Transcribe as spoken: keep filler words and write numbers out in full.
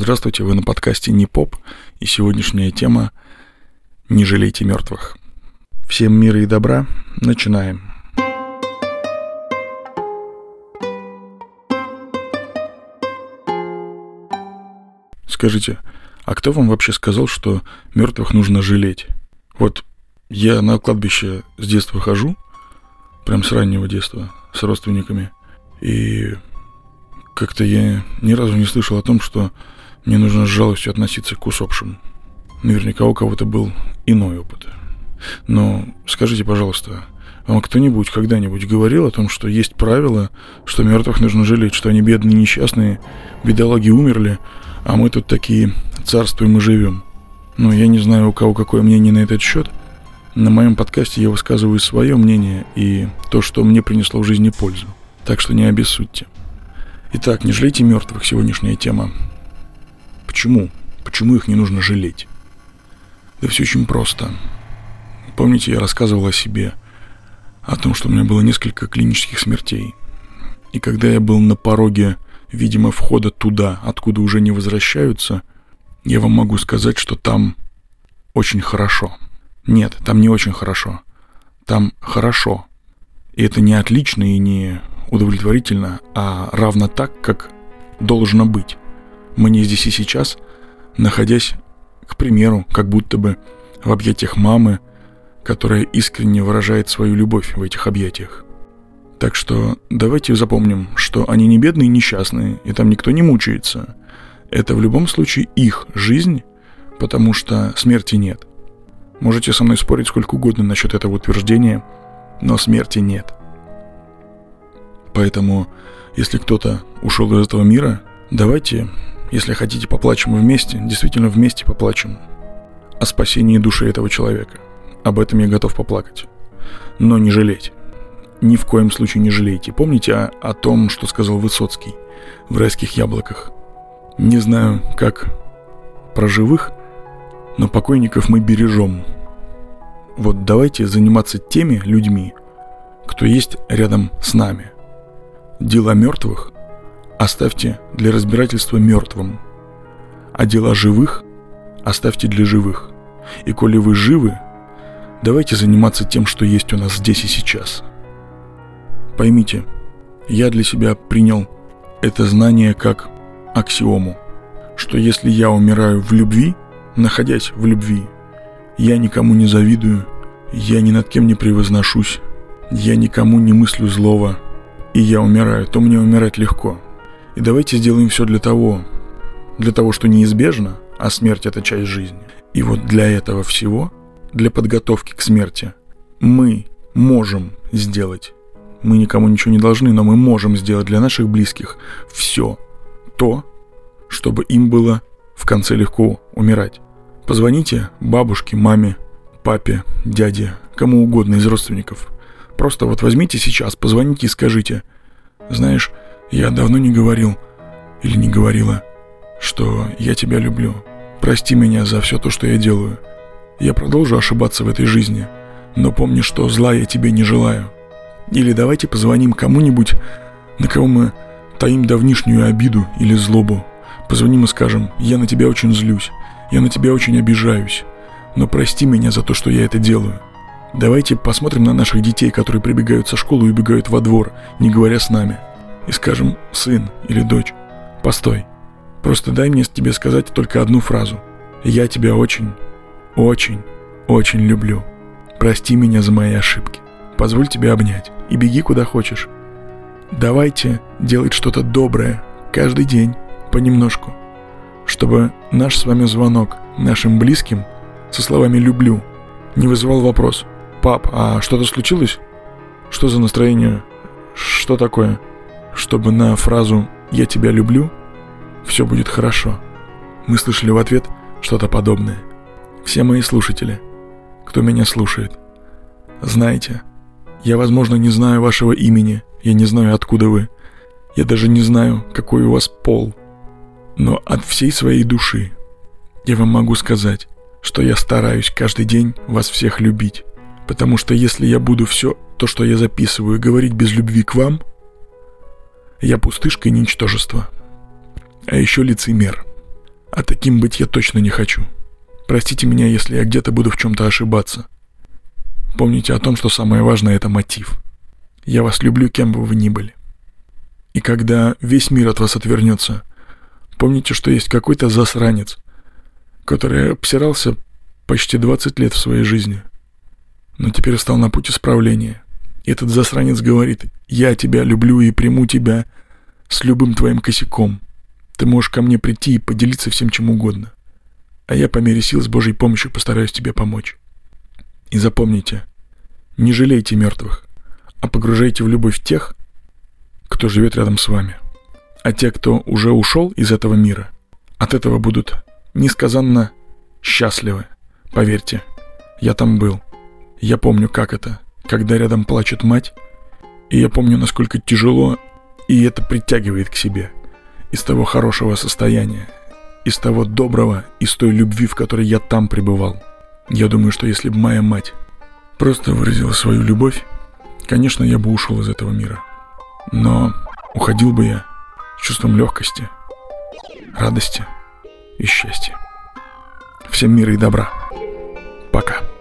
Здравствуйте, вы на подкасте «Не поп», и сегодняшняя тема «Не жалейте мертвых». Всем мира и добра, начинаем. Скажите, а кто вам вообще сказал, что мертвых нужно жалеть? Вот я на кладбище с детства хожу, прям с раннего детства, с родственниками, и как-то я ни разу не слышал о том, что мне нужно с жалостью относиться к усопшим. Наверняка у кого-то был иной опыт. Но скажите, пожалуйста, вам кто-нибудь когда-нибудь говорил о том, что есть правило, что мертвых нужно жалеть, что они бедные, несчастные, бедолаги умерли, а мы тут такие царствуем и живем? Ну, я не знаю, у кого какое мнение на этот счет. На моем подкасте я высказываю свое мнение и то, что мне принесло в жизни пользу. Так что не обессудьте. Итак, не жалейте мертвых, сегодняшняя тема. Почему? Почему их не нужно жалеть? Да все очень просто. Помните, я рассказывал о себе, о том, что у меня было несколько клинических смертей. И когда я был на пороге, видимо, входа туда, откуда уже не возвращаются, я вам могу сказать, что там очень хорошо. Нет, там не очень хорошо. Там хорошо. И это не отлично и не удовлетворительно, а равно так, как должно быть. Мне здесь и сейчас, находясь, к примеру, как будто бы в объятиях мамы, которая искренне выражает свою любовь в этих объятиях. Так что давайте запомним, что они не бедные и несчастные, и там никто не мучается. Это в любом случае их жизнь, потому что смерти нет. Можете со мной спорить сколько угодно насчет этого утверждения, но смерти нет. Поэтому, если кто-то ушел из этого мира, давайте, если хотите, поплачем вместе, действительно вместе поплачем о спасении души этого человека. Об этом я готов поплакать. Но не жалеть. Ни в коем случае не жалейте. Помните о, о том, что сказал Высоцкий в «Райских яблоках»? Не знаю, как про живых, но покойников мы бережем. Вот давайте заниматься теми людьми, кто есть рядом с нами. Дела мертвых оставьте для разбирательства мертвым, а дела живых оставьте для живых. И коли вы живы, давайте заниматься тем, что есть у нас здесь и сейчас. Поймите, я для себя принял это знание как аксиому, что если я умираю в любви, находясь в любви, я никому не завидую, я ни над кем не превозношусь, я никому не мыслю злого, и я умираю, то мне умирать легко. И давайте сделаем все для того, для того, что неизбежно, а смерть — это часть жизни. И вот для этого всего, для подготовки к смерти, мы можем сделать, мы никому ничего не должны, но мы можем сделать для наших близких все то, чтобы им было в конце легко умирать. Позвоните бабушке, маме, папе, дяде, кому угодно из родственников. Просто вот возьмите сейчас, позвоните и скажите: знаешь, я давно не говорил или не говорила, что я тебя люблю. Прости меня за все то, что я делаю. Я продолжу ошибаться в этой жизни, но помни, что зла я тебе не желаю. Или давайте позвоним кому-нибудь, на кого мы таим давнишнюю обиду или злобу. Позвоним и скажем: я на тебя очень злюсь, я на тебя очень обижаюсь, но прости меня за то, что я это делаю. Давайте посмотрим на наших детей, которые прибегают со школы и убегают во двор, не говоря с нами, и скажем: сын или дочь, постой, просто дай мне тебе сказать только одну фразу: я тебя очень, очень, очень люблю. Прости меня за мои ошибки. Позволь тебя обнять и беги куда хочешь. Давайте делать что-то доброе каждый день, понемножку, чтобы наш с вами звонок нашим близким со словами «люблю» не вызывал вопрос: пап, а что-то случилось? Что за настроение? Что такое? Чтобы на фразу «я тебя люблю» все будет хорошо. Мы слышали в ответ что-то подобное. Все мои слушатели, кто меня слушает, знайте, я, возможно, не знаю вашего имени, я не знаю, откуда вы, я даже не знаю, какой у вас пол, но от всей своей души я вам могу сказать, что я стараюсь каждый день вас всех любить, потому что если я буду все то, что я записываю, говорить без любви к вам, я пустышка и ничтожество. А еще лицемер. А таким быть я точно не хочу. Простите меня, если я где-то буду в чем-то ошибаться. Помните о том, что самое важное — это мотив. Я вас люблю, кем бы вы ни были. И когда весь мир от вас отвернется, помните, что есть какой-то засранец, который обсирался почти двадцать лет в своей жизни, но теперь стал на путь исправления. И этот засранец говорит: «Я тебя люблю и приму тебя с любым твоим косяком. Ты можешь ко мне прийти и поделиться всем чем угодно. А я по мере сил с Божьей помощью постараюсь тебе помочь». И запомните, не жалейте мертвых, а погружайте в любовь тех, кто живет рядом с вами. А те, кто уже ушел из этого мира, от этого будут несказанно счастливы. Поверьте, я там был. Я помню, как это, когда рядом плачет мать, и я помню, насколько тяжело, и это притягивает к себе. Из того хорошего состояния, из того доброго, из той любви, в которой я там пребывал. Я думаю, что если бы моя мать просто выразила свою любовь, конечно, я бы ушел из этого мира. Но уходил бы я с чувством легкости, радости и счастья. Всем мира и добра. Пока.